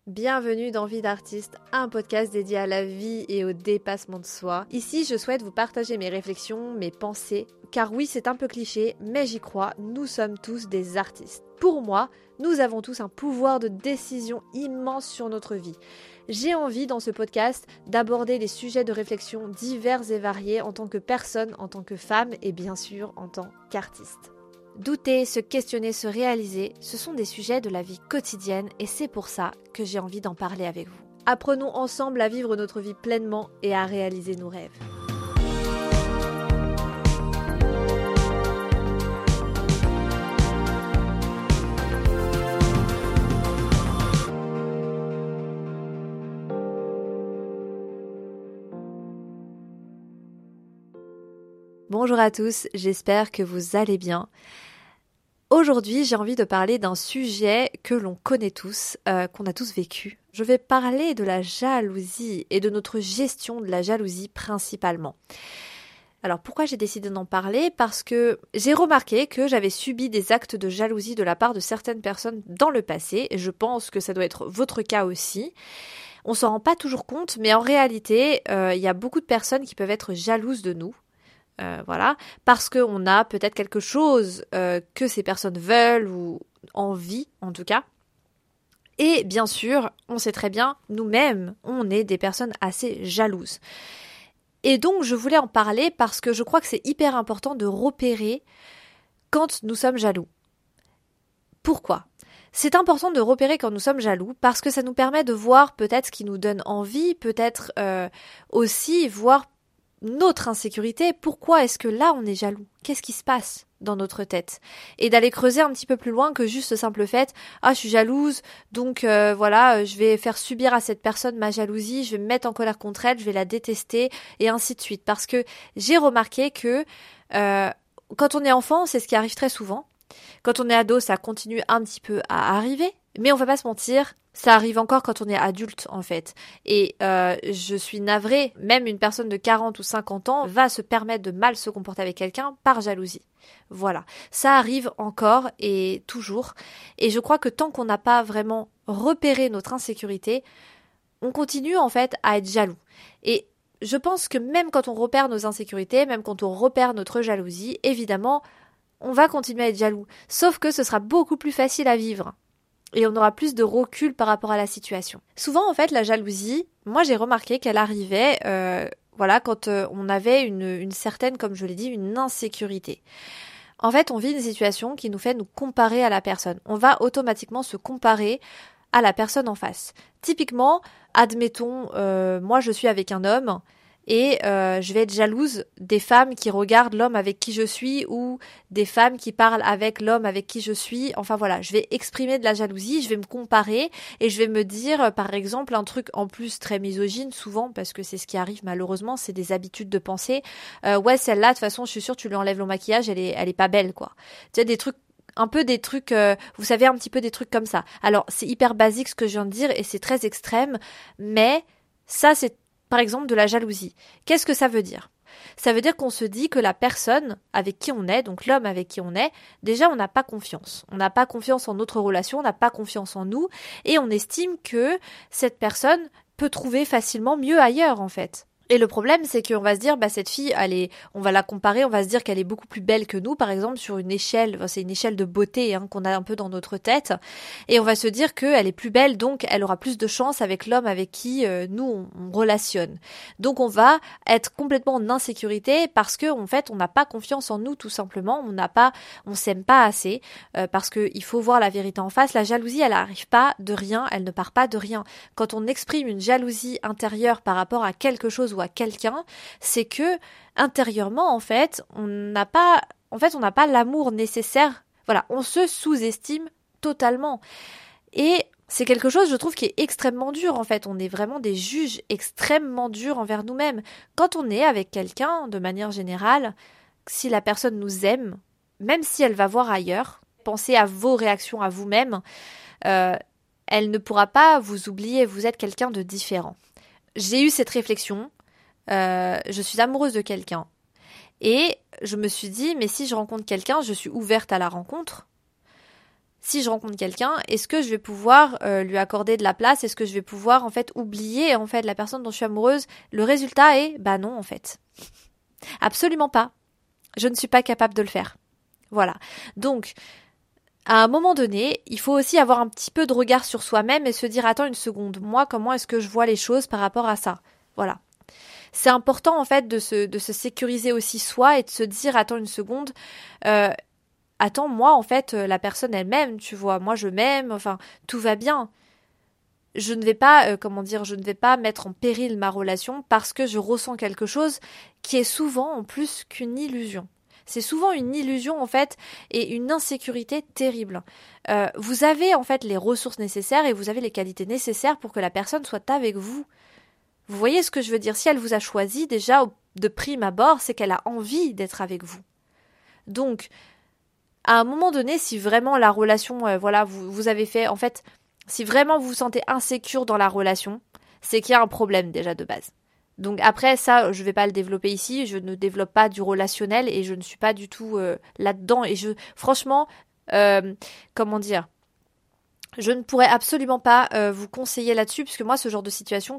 Bienvenue dans Vie d'artiste, un podcast dédié à la vie et au dépassement de soi. Ici, je souhaite vous partager mes réflexions, mes pensées, car oui, c'est un peu cliché, mais j'y crois, nous sommes tous des artistes. Pour moi, nous avons tous un pouvoir de décision immense sur notre vie. J'ai envie dans ce podcast d'aborder des sujets de réflexion divers et variés en tant que personne, en tant que femme et bien sûr en tant qu'artiste. Douter, se questionner, se réaliser, ce sont des sujets de la vie quotidienne et c'est pour ça que j'ai envie d'en parler avec vous. Apprenons ensemble à vivre notre vie pleinement et à réaliser nos rêves. Bonjour à tous, j'espère que vous allez bien. Aujourd'hui, j'ai envie de parler d'un sujet que l'on connaît tous, qu'on a tous vécu. Je vais parler de la jalousie et de notre gestion de la jalousie principalement. Alors pourquoi j'ai décidé d'en parler ? Parce que j'ai remarqué que j'avais subi des actes de jalousie de la part de certaines personnes dans le passé, et je pense que ça doit être votre cas aussi. On s'en rend pas toujours compte, mais en réalité, il y a beaucoup de personnes qui peuvent être jalouses de nous. Voilà, parce qu'on a peut-être quelque chose que ces personnes veulent ou envie en tout cas. Et bien sûr, on sait très bien, nous-mêmes, on est des personnes assez jalouses. Et donc, je voulais en parler parce que je crois que c'est hyper important de repérer quand nous sommes jaloux. Pourquoi ? C'est important de repérer quand nous sommes jaloux parce que ça nous permet de voir peut-être ce qui nous donne envie, peut-être aussi voir notre insécurité, pourquoi est-ce que là on est jaloux ? Qu'est-ce qui se passe dans notre tête ? Et d'aller creuser un petit peu plus loin que juste ce simple fait « Ah, je suis jalouse, donc voilà, je vais faire subir à cette personne ma jalousie, je vais me mettre en colère contre elle, je vais la détester, et ainsi de suite. » Parce que j'ai remarqué que quand on est enfant, c'est ce qui arrive très souvent. Quand on est ado, ça continue un petit peu à arriver, mais on va pas se mentir, ça arrive encore quand on est adulte en fait. Et je suis navrée, même une personne de 40 ou 50 ans va se permettre de mal se comporter avec quelqu'un par jalousie. Voilà, ça arrive encore et toujours. Et je crois que tant qu'on n'a pas vraiment repéré notre insécurité, on continue en fait à être jaloux. Et je pense que même quand on repère nos insécurités, même quand on repère notre jalousie, évidemment, on va continuer à être jaloux. Sauf que ce sera beaucoup plus facile à vivre. Et on aura plus de recul par rapport à la situation. Souvent, en fait, la jalousie, moi j'ai remarqué qu'elle arrivait quand on avait une certaine, comme je l'ai dit, une insécurité. En fait, on vit une situation qui nous fait nous comparer à la personne. On va automatiquement se comparer à la personne en face. Typiquement, admettons, moi je suis avec un homme, et je vais être jalouse des femmes qui regardent l'homme avec qui je suis ou des femmes qui parlent avec l'homme avec qui je suis. Enfin voilà, je vais exprimer de la jalousie, je vais me comparer et je vais me dire, par exemple, un truc en plus très misogyne souvent, parce que c'est ce qui arrive malheureusement, c'est des habitudes de pensée. Ouais, celle-là, de toute façon, je suis sûre, tu lui enlèves le maquillage, elle est pas belle, quoi. Tu sais, des trucs vous savez, un petit peu des trucs comme ça. Alors, c'est hyper basique ce que je viens de dire et c'est très extrême, mais ça, c'est par exemple de la jalousie. Qu'est-ce que ça veut dire ? Ça veut dire qu'on se dit que la personne avec qui on est, donc l'homme avec qui on est, déjà on n'a pas confiance. On n'a pas confiance en notre relation, on n'a pas confiance en nous, et on estime que cette personne peut trouver facilement mieux ailleurs en fait. Et le problème, c'est qu'on va se dire, cette fille, on va la comparer, on va se dire qu'elle est beaucoup plus belle que nous, par exemple, sur une échelle, c'est une échelle de beauté qu'on a un peu dans notre tête, et on va se dire qu'elle est plus belle, donc elle aura plus de chance avec l'homme avec qui nous, on relationne. Donc on va être complètement en insécurité parce que, en fait, on n'a pas confiance en nous, tout simplement, on s'aime pas assez, parce qu'il faut voir la vérité en face. La jalousie, elle n'arrive pas de rien, elle ne part pas de rien. Quand on exprime une jalousie intérieure par rapport à quelque chose ou à quelqu'un, c'est que intérieurement en fait, on n'a pas l'amour nécessaire. Voilà, on se sous-estime totalement. Et c'est quelque chose, je trouve, qui est extrêmement dur en fait. On est vraiment des juges extrêmement durs envers nous-mêmes. Quand on est avec quelqu'un, de manière générale, si la personne nous aime, même si elle va voir ailleurs, pensez à vos réactions à vous-même, elle ne pourra pas vous oublier, vous êtes quelqu'un de différent. J'ai eu cette réflexion. Je suis amoureuse de quelqu'un et je me suis dit mais si je rencontre quelqu'un, je suis ouverte à la rencontre, si je rencontre quelqu'un, est-ce que je vais pouvoir lui accorder de la place? Est-ce que je vais pouvoir en fait oublier en fait la personne dont je suis amoureuse? Le résultat est bah non en fait. Absolument pas. Je ne suis pas capable de le faire. Voilà. Donc à un moment donné, il faut aussi avoir un petit peu de regard sur soi-même et se dire attends une seconde, moi comment est-ce que je vois les choses par rapport à ça? Voilà. C'est important en fait de se sécuriser aussi soi et de se dire attends une seconde, attends moi en fait la personne elle m'aime, tu vois, moi je m'aime, enfin tout va bien. Je ne vais pas je ne vais pas mettre en péril ma relation parce que je ressens quelque chose qui est souvent en plus qu'une illusion. C'est souvent une illusion en fait et une insécurité terrible. Vous avez en fait les ressources nécessaires et vous avez les qualités nécessaires pour que la personne soit avec vous. Vous voyez ce que je veux dire? Si elle vous a choisi déjà de prime abord, c'est qu'elle a envie d'être avec vous. Donc, à un moment donné, si vraiment la relation, vous avez fait, en fait, si vraiment vous vous sentez insécure dans la relation, c'est qu'il y a un problème déjà de base. Donc après ça, je vais pas le développer ici, je ne développe pas du relationnel et je ne suis pas du tout là-dedans et franchement, comment dire, je ne pourrais absolument pas vous conseiller là-dessus puisque moi ce genre de situation,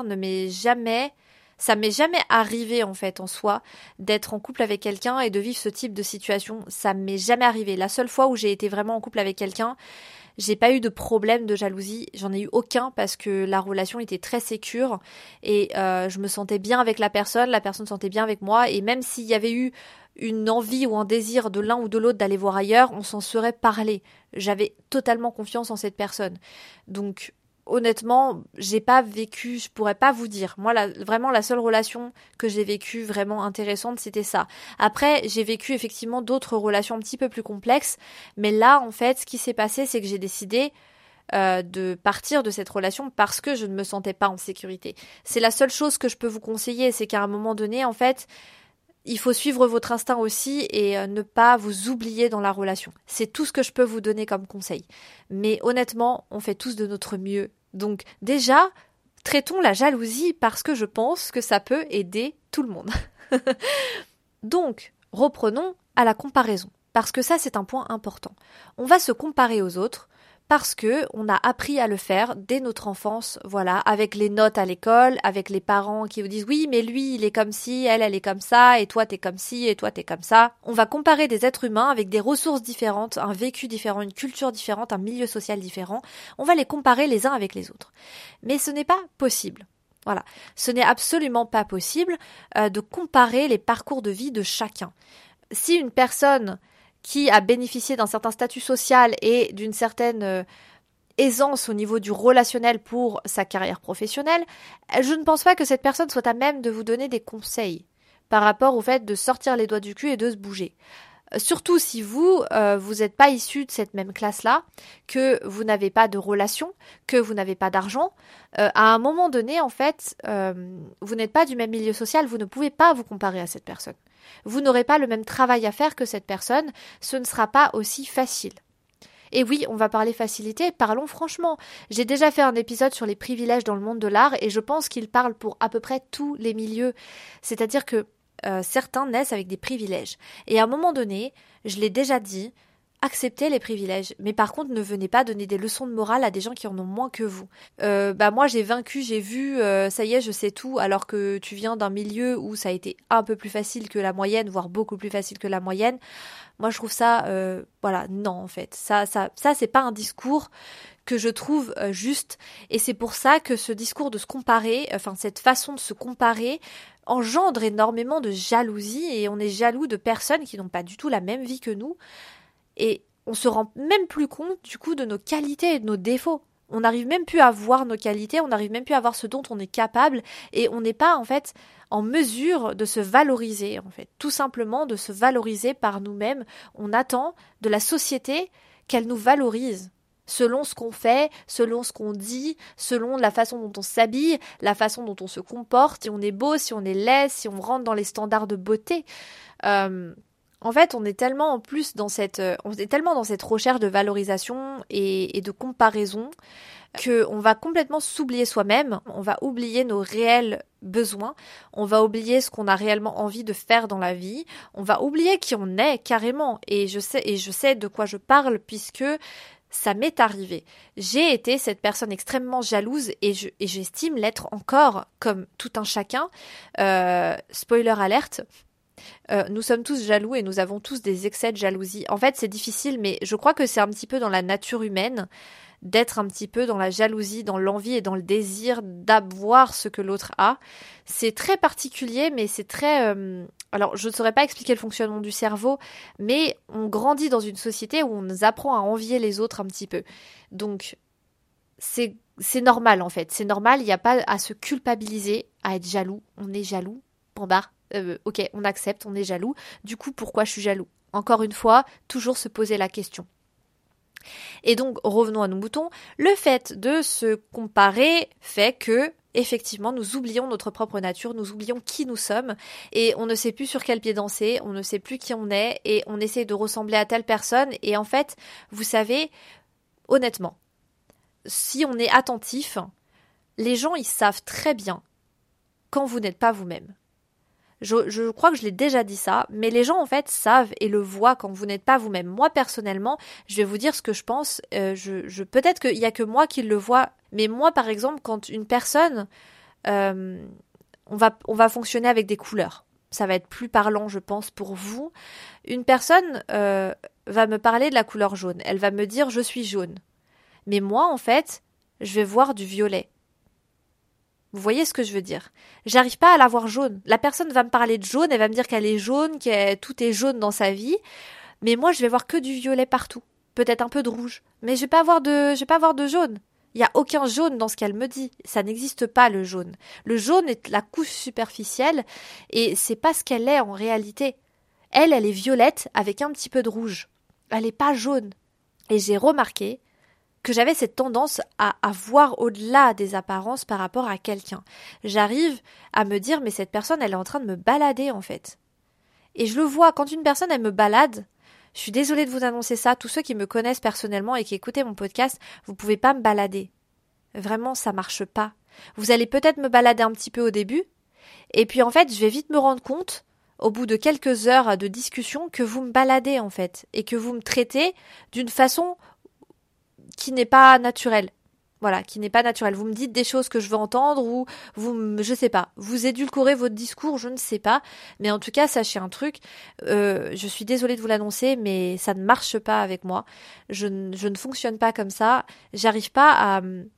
ça m'est jamais arrivé en fait en soi d'être en couple avec quelqu'un et de vivre ce type de situation, ça m'est jamais arrivé. La seule fois où j'ai été vraiment en couple avec quelqu'un, j'ai pas eu de problème de jalousie, j'en ai eu aucun parce que la relation était très sécure et je me sentais bien avec la personne se sentait bien avec moi et même s'il y avait eu une envie ou un désir de l'un ou de l'autre d'aller voir ailleurs, on s'en serait parlé. J'avais totalement confiance en cette personne. Donc honnêtement, j'ai pas vécu, je pourrais pas vous dire. Moi, vraiment, la seule relation que j'ai vécue vraiment intéressante, c'était ça. Après, j'ai vécu effectivement d'autres relations un petit peu plus complexes, mais là, en fait, ce qui s'est passé, c'est que j'ai décidé de partir de cette relation parce que je ne me sentais pas en sécurité. C'est la seule chose que je peux vous conseiller, c'est qu'à un moment donné, en fait, il faut suivre votre instinct aussi et ne pas vous oublier dans la relation. C'est tout ce que je peux vous donner comme conseil. Mais honnêtement, on fait tous de notre mieux. Donc déjà, traitons la jalousie parce que je pense que ça peut aider tout le monde. Donc, reprenons à la comparaison. Parce que ça, c'est un point important. On va se comparer aux autres parce que on a appris à le faire dès notre enfance, voilà, avec les notes à l'école, avec les parents qui vous disent oui, mais lui, il est comme ci, elle est comme ça, et toi, t'es comme ci, et toi, t'es comme ça. On va comparer des êtres humains avec des ressources différentes, un vécu différent, une culture différente, un milieu social différent. On va les comparer les uns avec les autres. Mais ce n'est pas possible. Voilà, ce n'est absolument pas possible de comparer les parcours de vie de chacun. Si une personne qui a bénéficié d'un certain statut social et d'une certaine aisance au niveau du relationnel pour sa carrière professionnelle, je ne pense pas que cette personne soit à même de vous donner des conseils par rapport au fait de sortir les doigts du cul et de se bouger. Surtout si vous n'êtes pas issu de cette même classe-là, que vous n'avez pas de relation, que vous n'avez pas d'argent, à un moment donné, en fait, vous n'êtes pas du même milieu social, vous ne pouvez pas vous comparer à cette personne. Vous n'aurez pas le même travail à faire que cette personne, ce ne sera pas aussi facile. Et oui, on va parler facilité, parlons franchement. J'ai déjà fait un épisode sur les privilèges dans le monde de l'art et je pense qu'il parle pour à peu près tous les milieux. C'est-à-dire que certains naissent avec des privilèges. Et à un moment donné, je l'ai déjà dit, acceptez les privilèges. Mais par contre, ne venez pas donner des leçons de morale à des gens qui en ont moins que vous. Moi, j'ai vaincu, j'ai vu, ça y est, je sais tout, alors que tu viens d'un milieu où ça a été un peu plus facile que la moyenne, voire beaucoup plus facile que la moyenne. Moi, je trouve ça, non, en fait. Ça, c'est pas un discours que je trouve juste. Et c'est pour ça que ce discours de se comparer, cette façon de se comparer, engendre énormément de jalousie et on est jaloux de personnes qui n'ont pas du tout la même vie que nous et on se rend même plus compte du coup de nos qualités et de nos défauts. On n'arrive même plus à voir nos qualités, on n'arrive même plus à voir ce dont on est capable et on n'est pas en fait en mesure de se valoriser en fait, tout simplement de se valoriser par nous-mêmes. On attend de la société qu'elle nous valorise. Selon ce qu'on fait, selon ce qu'on dit, selon la façon dont on s'habille, la façon dont on se comporte, si on est beau, si on est laid, si on rentre dans les standards de beauté. En fait, on est tellement on est tellement dans cette recherche de valorisation et de comparaison que on va complètement s'oublier soi-même, on va oublier nos réels besoins, on va oublier ce qu'on a réellement envie de faire dans la vie, on va oublier qui on est carrément. Et je sais de quoi je parle puisque ça m'est arrivé. J'ai été cette personne extrêmement jalouse et j'estime l'être encore comme tout un chacun. Spoiler alerte. Nous sommes tous jaloux et nous avons tous des excès de jalousie. En fait, c'est difficile, mais je crois que c'est un petit peu dans la nature humaine d'être un petit peu dans la jalousie, dans l'envie et dans le désir d'avoir ce que l'autre a. C'est très particulier, mais c'est très... Alors, je ne saurais pas expliquer le fonctionnement du cerveau, mais on grandit dans une société où on nous apprend à envier les autres un petit peu. Donc, c'est normal en fait. C'est normal, il n'y a pas à se culpabiliser, à être jaloux. On est jaloux, point barre. Ok, on accepte, on est jaloux. Du coup, pourquoi je suis jaloux? Encore une fois, toujours se poser la question. Et donc, revenons à nos moutons. Le fait de se comparer fait que, effectivement, nous oublions notre propre nature, nous oublions qui nous sommes, et on ne sait plus sur quel pied danser, on ne sait plus qui on est, et on essaie de ressembler à telle personne. Et en fait, vous savez, honnêtement, si on est attentif, les gens, ils savent très bien quand vous n'êtes pas vous-même. Je crois que je l'ai déjà dit ça, mais les gens en fait savent et le voient quand vous n'êtes pas vous-même. Moi personnellement, je vais vous dire ce que je pense. Peut-être qu'il y a que moi qui le vois, mais moi par exemple, quand une personne, on va fonctionner avec des couleurs. Ça va être plus parlant, je pense, pour vous. Une personne va me parler de la couleur jaune. Elle va me dire je suis jaune. Mais moi en fait, je vais voir du violet. Vous voyez ce que je veux dire? J'arrive pas à la voir jaune. La personne va me parler de jaune, elle va me dire qu'elle est jaune, tout est jaune dans sa vie, mais moi je vais voir que du violet partout. Peut-être un peu de rouge, mais je vais pas voir de jaune. Il y a aucun jaune dans ce qu'elle me dit. Ça n'existe pas le jaune. Le jaune est la couche superficielle et c'est pas ce qu'elle est en réalité. Elle est violette avec un petit peu de rouge. Elle est pas jaune. Et j'ai remarqué que j'avais cette tendance à voir au-delà des apparences par rapport à quelqu'un. J'arrive à me dire, mais cette personne, elle est en train de me balader, en fait. Et je le vois, quand une personne, elle me balade, je suis désolée de vous annoncer ça, tous ceux qui me connaissent personnellement et qui écoutaient mon podcast, vous pouvez pas me balader. Vraiment, ça marche pas. Vous allez peut-être me balader un petit peu au début, et puis en fait, je vais vite me rendre compte, au bout de quelques heures de discussion, que vous me baladez, en fait, et que vous me traitez d'une façon qui n'est pas naturel. Voilà, qui n'est pas naturel. Vous me dites des choses que je veux entendre ou je sais pas, vous édulcorez votre discours, je ne sais pas. Mais en tout cas, sachez un truc, je suis désolée de vous l'annoncer, mais ça ne marche pas avec moi. Je ne fonctionne pas comme ça. J'arrive pas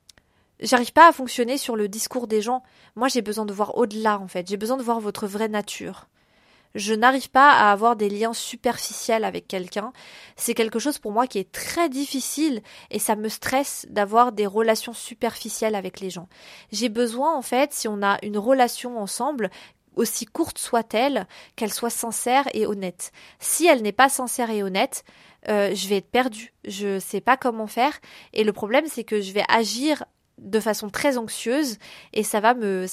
à fonctionner sur le discours des gens. Moi, j'ai besoin de voir au-delà, en fait. J'ai besoin de voir votre vraie nature. Je n'arrive pas à avoir des liens superficiels avec quelqu'un. C'est quelque chose pour moi qui est très difficile et ça me stresse d'avoir des relations superficielles avec les gens. J'ai besoin, en fait, si on a une relation ensemble, aussi courte soit-elle, qu'elle soit sincère et honnête. Si elle n'est pas sincère et honnête, je vais être perdue. Je sais pas comment faire. Et le problème, c'est que je vais agir de façon très anxieuse et ça va me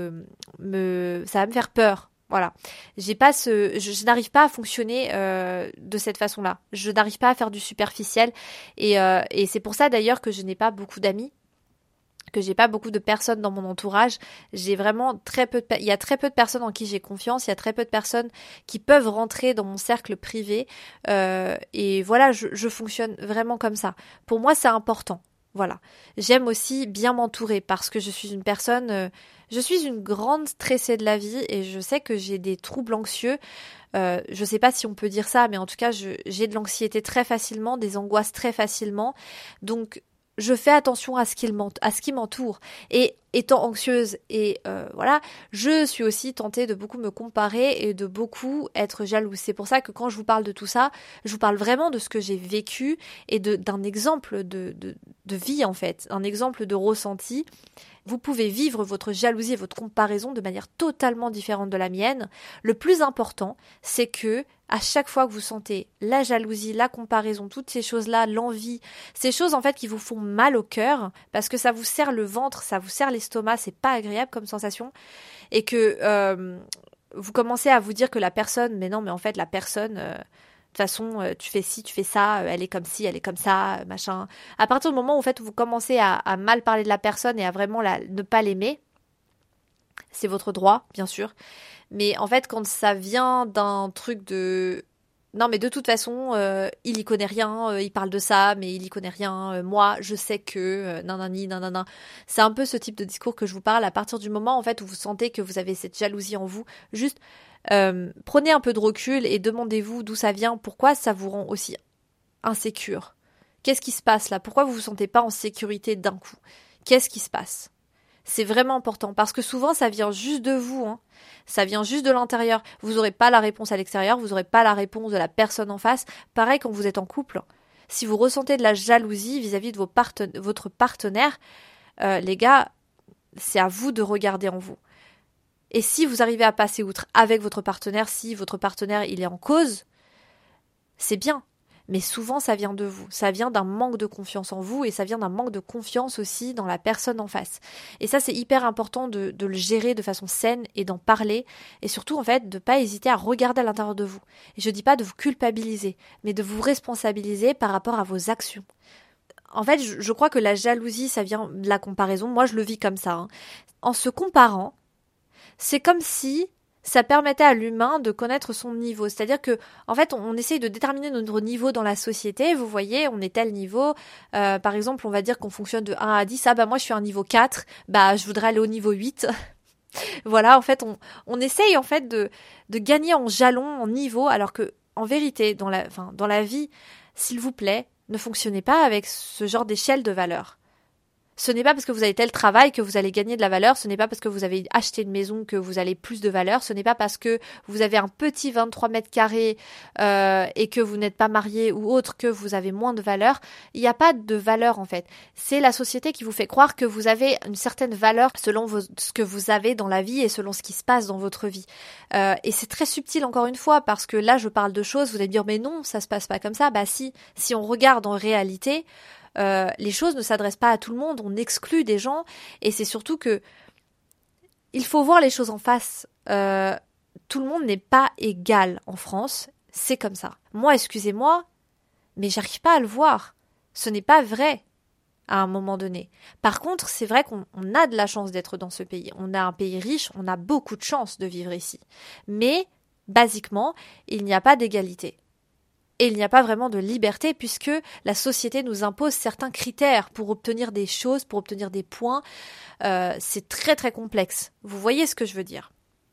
faire peur. Voilà, je n'arrive pas à fonctionner de cette façon-là. Je n'arrive pas à faire du superficiel et c'est pour ça d'ailleurs que je n'ai pas beaucoup d'amis, que j'ai pas beaucoup de personnes dans mon entourage. J'ai vraiment il y a très peu de personnes en qui j'ai confiance. Il y a très peu de personnes qui peuvent rentrer dans mon cercle privé et voilà, je fonctionne vraiment comme ça. Pour moi, c'est important. Voilà. J'aime aussi bien m'entourer parce que je suis une personne, je suis une grande stressée de la vie et je sais que j'ai des troubles anxieux. Je sais pas si on peut dire ça, mais en tout cas, j'ai de l'anxiété très facilement, des angoisses très facilement. Donc, je fais attention à ce qui m'entoure. Et étant anxieuse et voilà, je suis aussi tentée de beaucoup me comparer et de beaucoup être jalouse. C'est pour ça que quand je vous parle de tout ça, je vous parle vraiment de ce que j'ai vécu et d'un exemple de vie en fait, un exemple de ressenti. Vous pouvez vivre votre jalousie et votre comparaison de manière totalement différente de la mienne. Le plus important, c'est que à chaque fois que vous sentez la jalousie, la comparaison, toutes ces choses-là, l'envie, ces choses en fait qui vous font mal au cœur, parce que ça vous serre le ventre, ça vous serre l'estomac, c'est pas agréable comme sensation, et que vous commencez à vous dire que la personne, mais non, mais en fait, la personne, de toute façon, tu fais ci, tu fais ça, elle est comme ci, elle est comme ça, machin. À partir du moment où, en fait, vous commencez à mal parler de la personne et à vraiment ne pas l'aimer, c'est votre droit, bien sûr. Mais en fait, quand ça vient d'un truc de... Non, mais de toute façon, il y connaît rien, il parle de ça, mais il y connaît rien. Moi, je sais que... nanani, nanana. C'est un peu ce type de discours que je vous parle. À partir du moment, en fait, où vous sentez que vous avez cette jalousie en vous, juste prenez un peu de recul et demandez-vous d'où ça vient, pourquoi ça vous rend aussi insécure. Qu'est-ce qui se passe là? Pourquoi vous vous sentez pas en sécurité d'un coup? Qu'est-ce qui se passe? C'est vraiment important parce que souvent ça vient juste de vous, hein. Ça vient juste de l'intérieur. Vous n'aurez pas la réponse à l'extérieur, vous n'aurez pas la réponse de la personne en face. Pareil quand vous êtes en couple. Si vous ressentez de la jalousie vis-à-vis de votre partenaire, les gars, c'est à vous de regarder en vous. Et si vous arrivez à passer outre avec votre partenaire, si votre partenaire il est en cause, c'est bien. Mais souvent, ça vient de vous. Ça vient d'un manque de confiance en vous et ça vient d'un manque de confiance aussi dans la personne en face. Et ça, c'est hyper important de le gérer de façon saine et d'en parler. Et surtout, en fait, de pas hésiter à regarder à l'intérieur de vous. Et je dis pas de vous culpabiliser, mais de vous responsabiliser par rapport à vos actions. En fait, je crois que la jalousie, ça vient de la comparaison. Moi, je le vis comme ça, hein. En se comparant, c'est comme si ça permettait à l'humain de connaître son niveau. C'est-à-dire que, en fait, on essaye de déterminer notre niveau dans la société. Vous voyez, on est tel niveau. Par exemple, on va dire qu'on fonctionne de 1 à 10. Ah bah moi, je suis un niveau 4. Bah, je voudrais aller au niveau 8. Voilà, en fait, on essaye en fait de gagner en jalons, en niveau, alors que, en vérité, dans la vie, s'il vous plaît, ne fonctionnez pas avec ce genre d'échelle de valeur. Ce n'est pas parce que vous avez tel travail que vous allez gagner de la valeur, ce n'est pas parce que vous avez acheté une maison que vous allez plus de valeur, ce n'est pas parce que vous avez un petit 23 mètres carrés et que vous n'êtes pas marié ou autre que vous avez moins de valeur. Il n'y a pas de valeur en fait. C'est la société qui vous fait croire que vous avez une certaine valeur selon ce que vous avez dans la vie et selon ce qui se passe dans votre vie. Et c'est très subtil encore une fois parce que là je parle de choses, vous allez me dire mais non, ça se passe pas comme ça. Bah si on regarde en réalité... les choses ne s'adressent pas à tout le monde, on exclut des gens, et c'est surtout que il faut voir les choses en face. Tout le monde n'est pas égal en France, c'est comme ça. Moi, excusez-moi, mais j'arrive pas à le voir. Ce n'est pas vrai à un moment donné. Par contre, c'est vrai qu'on a de la chance d'être dans ce pays. On a un pays riche, on a beaucoup de chance de vivre ici. Mais, basiquement, il n'y a pas d'égalité. Et il n'y a pas vraiment de liberté puisque la société nous impose certains critères pour obtenir des choses, pour obtenir des points. C'est très très complexe. Vous voyez ce que je veux dire.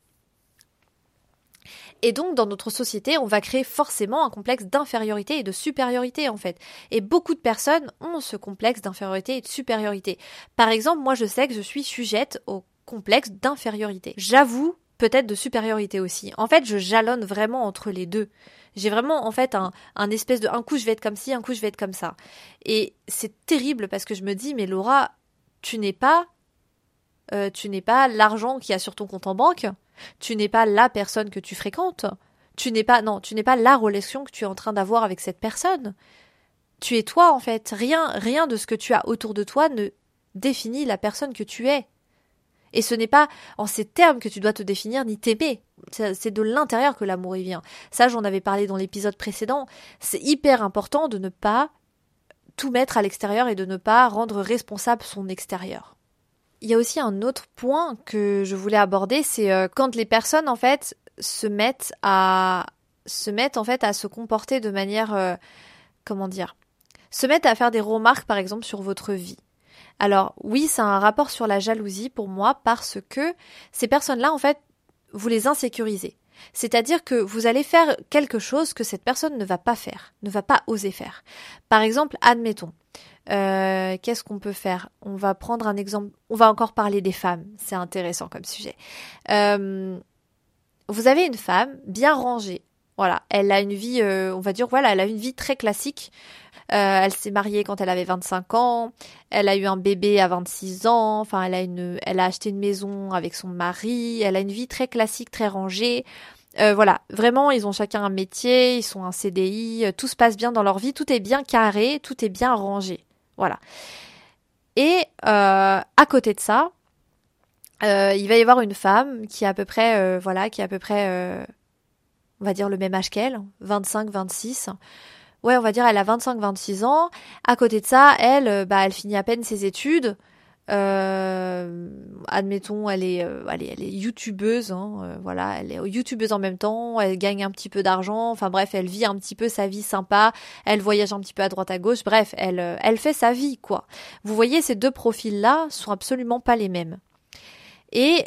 Et donc, dans notre société, on va créer forcément un complexe d'infériorité et de supériorité, en fait. Et beaucoup de personnes ont ce complexe d'infériorité et de supériorité. Par exemple, moi, je sais que je suis sujette au complexe d'infériorité. J'avoue, peut-être de supériorité aussi. En fait, je jalonne vraiment entre les deux. J'ai vraiment, en fait, un espèce de... Un coup, je vais être comme ci, un coup, je vais être comme ça. Et c'est terrible parce que je me dis, mais Laura, tu n'es pas l'argent qu'il y a sur ton compte en banque. Tu n'es pas la personne que tu fréquentes. Tu n'es pas la relation que tu es en train d'avoir avec cette personne. Tu es toi, en fait. Rien de ce que tu as autour de toi ne définit la personne que tu es. Et ce n'est pas en ces termes que tu dois te définir ni t'aimer. C'est de l'intérieur que l'amour y vient. Ça, j'en avais parlé dans l'épisode précédent. C'est hyper important de ne pas tout mettre à l'extérieur et de ne pas rendre responsable son extérieur. Il y a aussi un autre point que je voulais aborder, c'est quand les personnes en fait se mettent en fait à se comporter de manière se mettent à faire des remarques par exemple sur votre vie. Alors oui, ça a un rapport sur la jalousie pour moi parce que ces personnes-là en fait vous les insécurisez. C'est-à-dire que vous allez faire quelque chose que cette personne ne va pas faire, ne va pas oser faire. Par exemple, admettons, qu'est-ce qu'on peut faire? On va prendre un exemple, on va encore parler des femmes, c'est intéressant comme sujet. Vous avez une femme bien rangée, voilà, elle a une vie, elle a une vie très classique. Elle s'est mariée quand elle avait 25 ans, elle a eu un bébé à 26 ans, enfin elle a acheté une maison avec son mari, elle a une vie très classique, très rangée. Voilà, vraiment, ils ont chacun un métier, ils sont en CDI, tout se passe bien dans leur vie, tout est bien carré, tout est bien rangé. Voilà. Et à côté de ça, il va y avoir une femme qui est à peu près, on va dire le même âge qu'elle, 25, 26. Ouais, on va dire elle a 25, 26 ans. À côté de ça, elle finit à peine ses études. Admettons, elle est youtubeuse, voilà, elle est youtubeuse en même temps, elle gagne un petit peu d'argent, enfin bref, elle vit un petit peu sa vie sympa, elle voyage un petit peu à droite à gauche, bref, elle fait sa vie, quoi. Vous voyez, ces deux profils-là sont absolument pas les mêmes. Et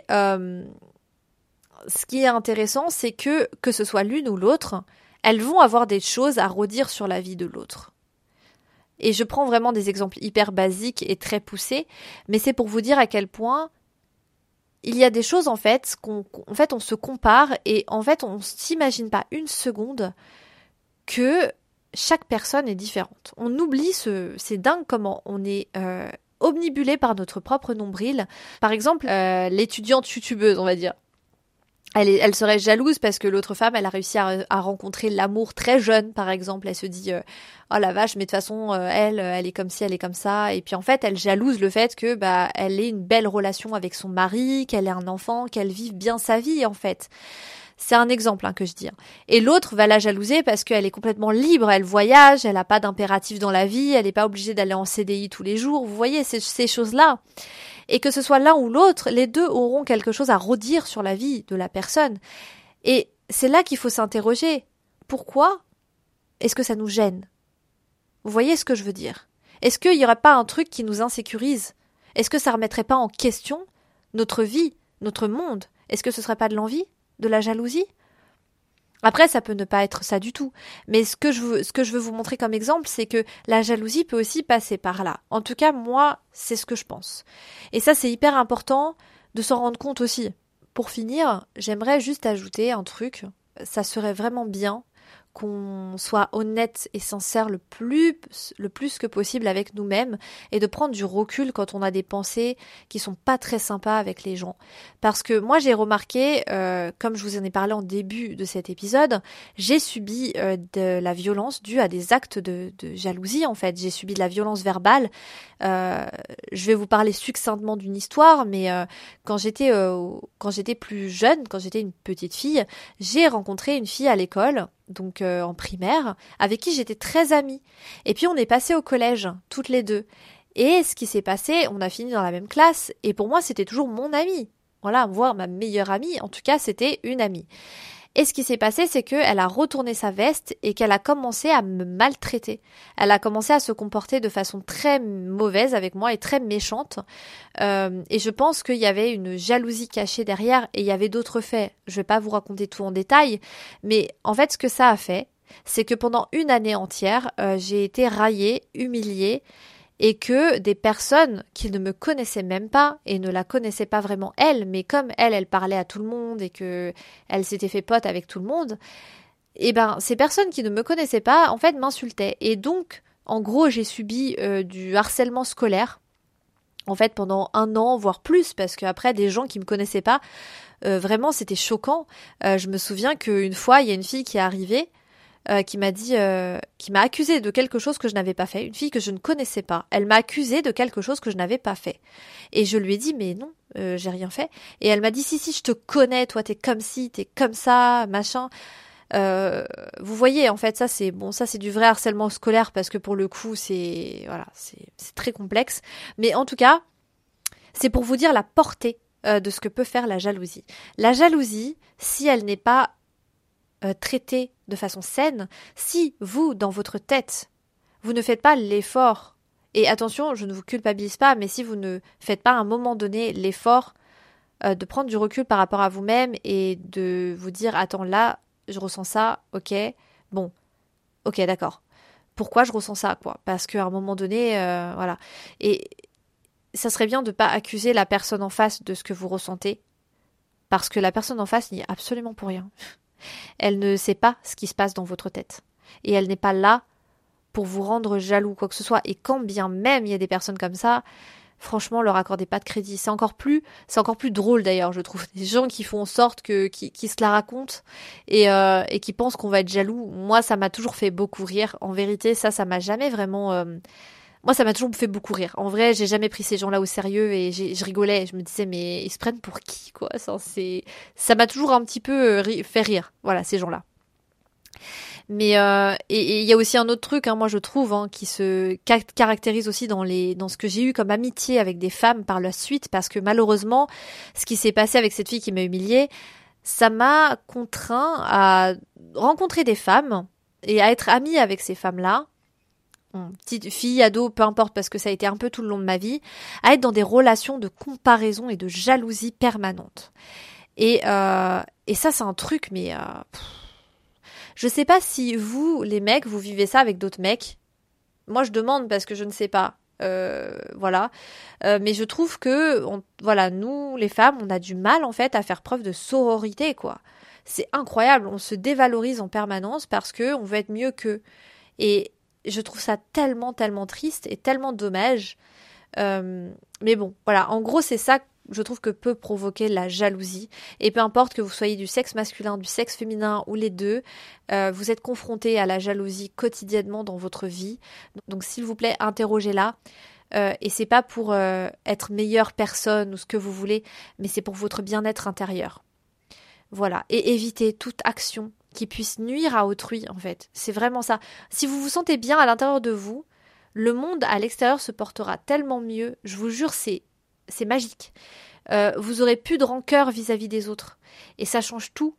ce qui est intéressant, c'est que ce soit l'une ou l'autre, elles vont avoir des choses à redire sur la vie de l'autre. Et je prends vraiment des exemples hyper basiques et très poussés, mais c'est pour vous dire à quel point il y a des choses en fait on se compare et en fait on s'imagine pas une seconde que chaque personne est différente. On oublie c'est dingue comment on est omnibulé par notre propre nombril. Par exemple, l'étudiante youtubeuse, on va dire. Elle serait jalouse parce que l'autre femme, elle a réussi à rencontrer l'amour très jeune, par exemple. Elle se dit, oh la vache, mais de toute façon, elle est comme ci, elle est comme ça. Et puis en fait, elle jalouse le fait que elle ait une belle relation avec son mari, qu'elle ait un enfant, qu'elle vive bien sa vie, en fait. C'est un exemple que je dis. Et l'autre va la jalouser parce qu'elle est complètement libre, elle voyage, elle n'a pas d'impératif dans la vie, elle n'est pas obligée d'aller en CDI tous les jours. Vous voyez, ces choses-là. Et que ce soit l'un ou l'autre, les deux auront quelque chose à redire sur la vie de la personne. Et c'est là qu'il faut s'interroger. Pourquoi est-ce que ça nous gêne? Vous voyez ce que je veux dire? Est-ce qu'il n'y aurait pas un truc qui nous insécurise? Est-ce que ça ne remettrait pas en question notre vie, notre monde? Est-ce que ce ne serait pas de l'envie? De la jalousie? Après, ça peut ne pas être ça du tout. Mais ce que je veux vous montrer comme exemple, c'est que la jalousie peut aussi passer par là. En tout cas, moi, c'est ce que je pense. Et ça, c'est hyper important de s'en rendre compte aussi. Pour finir, j'aimerais juste ajouter un truc. Ça serait vraiment bien qu'on soit honnête et sincère le plus que possible avec nous-mêmes et de prendre du recul quand on a des pensées qui sont pas très sympas avec les gens. Parce que moi j'ai remarqué, comme je vous en ai parlé en début de cet épisode, j'ai subi de la violence due à des actes de jalousie en fait. J'ai subi de la violence verbale. Je vais vous parler succinctement d'une histoire, mais quand j'étais plus jeune, quand j'étais une petite fille, j'ai rencontré une fille à l'école, donc en primaire, avec qui j'étais très amie. Et puis on est passé au collège, toutes les deux. Et ce qui s'est passé, on a fini dans la même classe, et pour moi c'était toujours mon amie. Voilà, voire ma meilleure amie, en tout cas c'était une amie. Et ce qui s'est passé, c'est qu'elle a retourné sa veste et qu'elle a commencé à me maltraiter. Elle a commencé à se comporter de façon très mauvaise avec moi et très méchante. Et je pense qu'il y avait une jalousie cachée derrière et il y avait d'autres faits. Je vais pas vous raconter tout en détail, mais en fait, ce que ça a fait, c'est que pendant une année entière, j'ai été raillée, humiliée, et que des personnes qui ne me connaissaient même pas et ne la connaissaient pas vraiment elle, mais comme elle parlait à tout le monde et que elle s'était fait pote avec tout le monde, et ben ces personnes qui ne me connaissaient pas en fait m'insultaient. Et donc en gros j'ai subi du harcèlement scolaire en fait pendant un an voire plus, parce qu'après des gens qui me connaissaient pas, vraiment c'était choquant. Je me souviens qu'une fois il y a une fille qui est arrivée qui m'a dit, qui m'a accusée de quelque chose que je n'avais pas fait, une fille que je ne connaissais pas. Elle m'a accusée de quelque chose que je n'avais pas fait. Et je lui ai dit, mais non, j'ai rien fait. Et elle m'a dit, si, je te connais, toi, t'es comme ci, t'es comme ça, machin. Vous voyez, en fait, ça c'est du vrai harcèlement scolaire parce que pour le coup, c'est très complexe. Mais en tout cas, c'est pour vous dire la portée de ce que peut faire la jalousie. La jalousie, si elle n'est pas traitée de façon saine, si vous, dans votre tête, vous ne faites pas l'effort, et attention, je ne vous culpabilise pas, mais si vous ne faites pas à un moment donné l'effort de prendre du recul par rapport à vous-même et de vous dire, attends, là, je ressens ça, ok, bon, ok, d'accord. Pourquoi je ressens ça, quoi? Parce qu'à un moment donné, voilà. Et ça serait bien de ne pas accuser la personne en face de ce que vous ressentez, parce que la personne en face n'y est absolument pour rien. Elle ne sait pas ce qui se passe dans votre tête. Et elle n'est pas là pour vous rendre jaloux, quoi que ce soit. Et quand bien même il y a des personnes comme ça, franchement, leur accordez pas de crédit. C'est encore plus drôle d'ailleurs, je trouve. Des gens qui font en sorte qui se la racontent et qui pensent qu'on va être jaloux. Moi, ça m'a toujours fait beaucoup rire. En vérité, ça m'a jamais vraiment Moi, ça m'a toujours fait beaucoup rire. En vrai, j'ai jamais pris ces gens-là au sérieux et je rigolais. Je me disais, mais ils se prennent pour qui, quoi? Ça m'a toujours un petit peu fait rire. Voilà, ces gens-là. Mais et il y a aussi un autre truc, moi je trouve, qui se caractérise aussi dans ce que j'ai eu comme amitié avec des femmes par la suite, parce que malheureusement, ce qui s'est passé avec cette fille qui m'a humiliée, ça m'a contraint à rencontrer des femmes et à être amie avec ces femmes-là. Petite fille, ado, peu importe, parce que ça a été un peu tout le long de ma vie, à être dans des relations de comparaison et de jalousie permanente. Et ça, c'est un truc, mais je sais pas si vous, les mecs, vous vivez ça avec d'autres mecs. Moi, je demande parce que je ne sais pas. Voilà. Mais je trouve que, voilà, nous, les femmes, on a du mal, en fait, à faire preuve de sororité, quoi. C'est incroyable. On se dévalorise en permanence parce que on veut être mieux qu'eux. Et je trouve ça tellement, tellement triste et tellement dommage. Mais bon, voilà. En gros, c'est ça, je trouve, que peut provoquer la jalousie. Et peu importe que vous soyez du sexe masculin, du sexe féminin ou les deux, vous êtes confrontés à la jalousie quotidiennement dans votre vie. Donc, s'il vous plaît, interrogez-la. Et c'est pas pour être meilleure personne ou ce que vous voulez, mais c'est pour votre bien-être intérieur. Voilà. Et évitez toute action qui puisse nuire à autrui, en fait. C'est vraiment ça. Si vous vous sentez bien à l'intérieur de vous, le monde à l'extérieur se portera tellement mieux. Je vous jure, c'est magique. Vous aurez plus de rancœur vis-à-vis des autres. Et ça change toute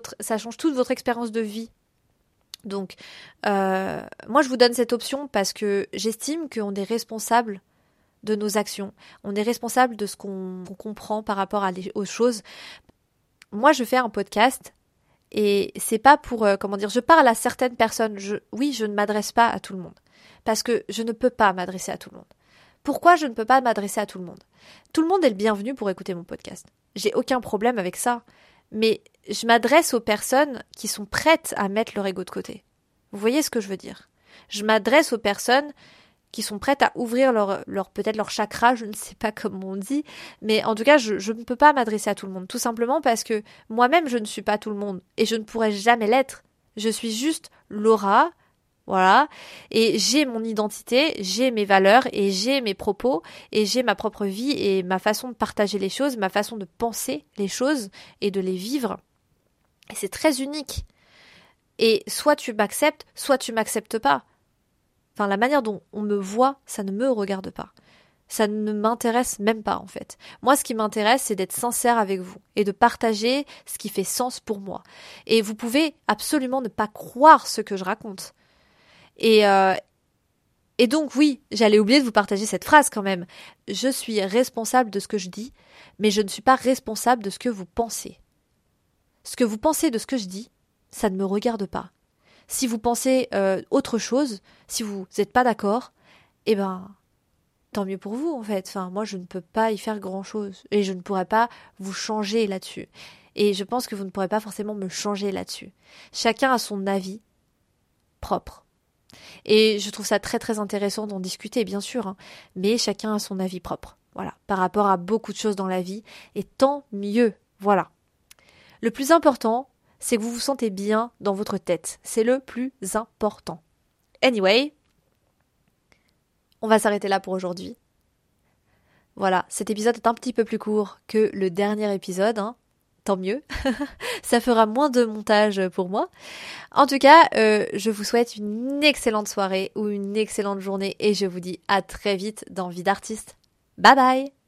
votre expérience de vie. Donc, moi, je vous donne cette option parce que j'estime qu'on est responsable de nos actions. On est responsable de ce qu'on comprend par rapport aux choses. Moi, je fais un podcast et c'est pas pour, je parle à certaines personnes. Oui, je ne m'adresse pas à tout le monde. Parce que je ne peux pas m'adresser à tout le monde. Pourquoi je ne peux pas m'adresser à tout le monde? Tout le monde est le bienvenu pour écouter mon podcast. J'ai aucun problème avec ça. Mais je m'adresse aux personnes qui sont prêtes à mettre leur ego de côté. Vous voyez ce que je veux dire? Je m'adresse aux personnes qui sont prêtes à ouvrir peut-être leur chakra, je ne sais pas comment on dit, mais en tout cas, je ne peux pas m'adresser à tout le monde, tout simplement parce que moi-même, je ne suis pas tout le monde, et je ne pourrai jamais l'être. Je suis juste Laura, voilà, et j'ai mon identité, j'ai mes valeurs, et j'ai mes propos, et j'ai ma propre vie, et ma façon de partager les choses, ma façon de penser les choses, et de les vivre. Et c'est très unique. Et soit tu m'acceptes, soit tu m'acceptes pas. Enfin, la manière dont on me voit, ça ne me regarde pas. Ça ne m'intéresse même pas, en fait. Moi, ce qui m'intéresse, c'est d'être sincère avec vous et de partager ce qui fait sens pour moi. Et vous pouvez absolument ne pas croire ce que je raconte. Et donc, oui, j'allais oublier de vous partager cette phrase quand même. Je suis responsable de ce que je dis, mais je ne suis pas responsable de ce que vous pensez. Ce que vous pensez de ce que je dis, ça ne me regarde pas. Si vous pensez autre chose, si vous n'êtes pas d'accord, eh ben, tant mieux pour vous en fait. Enfin, moi, je ne peux pas y faire grand-chose et je ne pourrais pas vous changer là-dessus. Et je pense que vous ne pourrez pas forcément me changer là-dessus. Chacun a son avis propre. Et je trouve ça très très intéressant d'en discuter, bien sûr, mais chacun a son avis propre. Voilà, par rapport à beaucoup de choses dans la vie, et tant mieux. Voilà. Le plus important, c'est que vous vous sentez bien dans votre tête. C'est le plus important. Anyway, on va s'arrêter là pour aujourd'hui. Voilà, cet épisode est un petit peu plus court que le dernier épisode, tant mieux. Ça fera moins de montage pour moi. En tout cas, je vous souhaite une excellente soirée ou une excellente journée et je vous dis à très vite dans Vie d'artiste. Bye bye!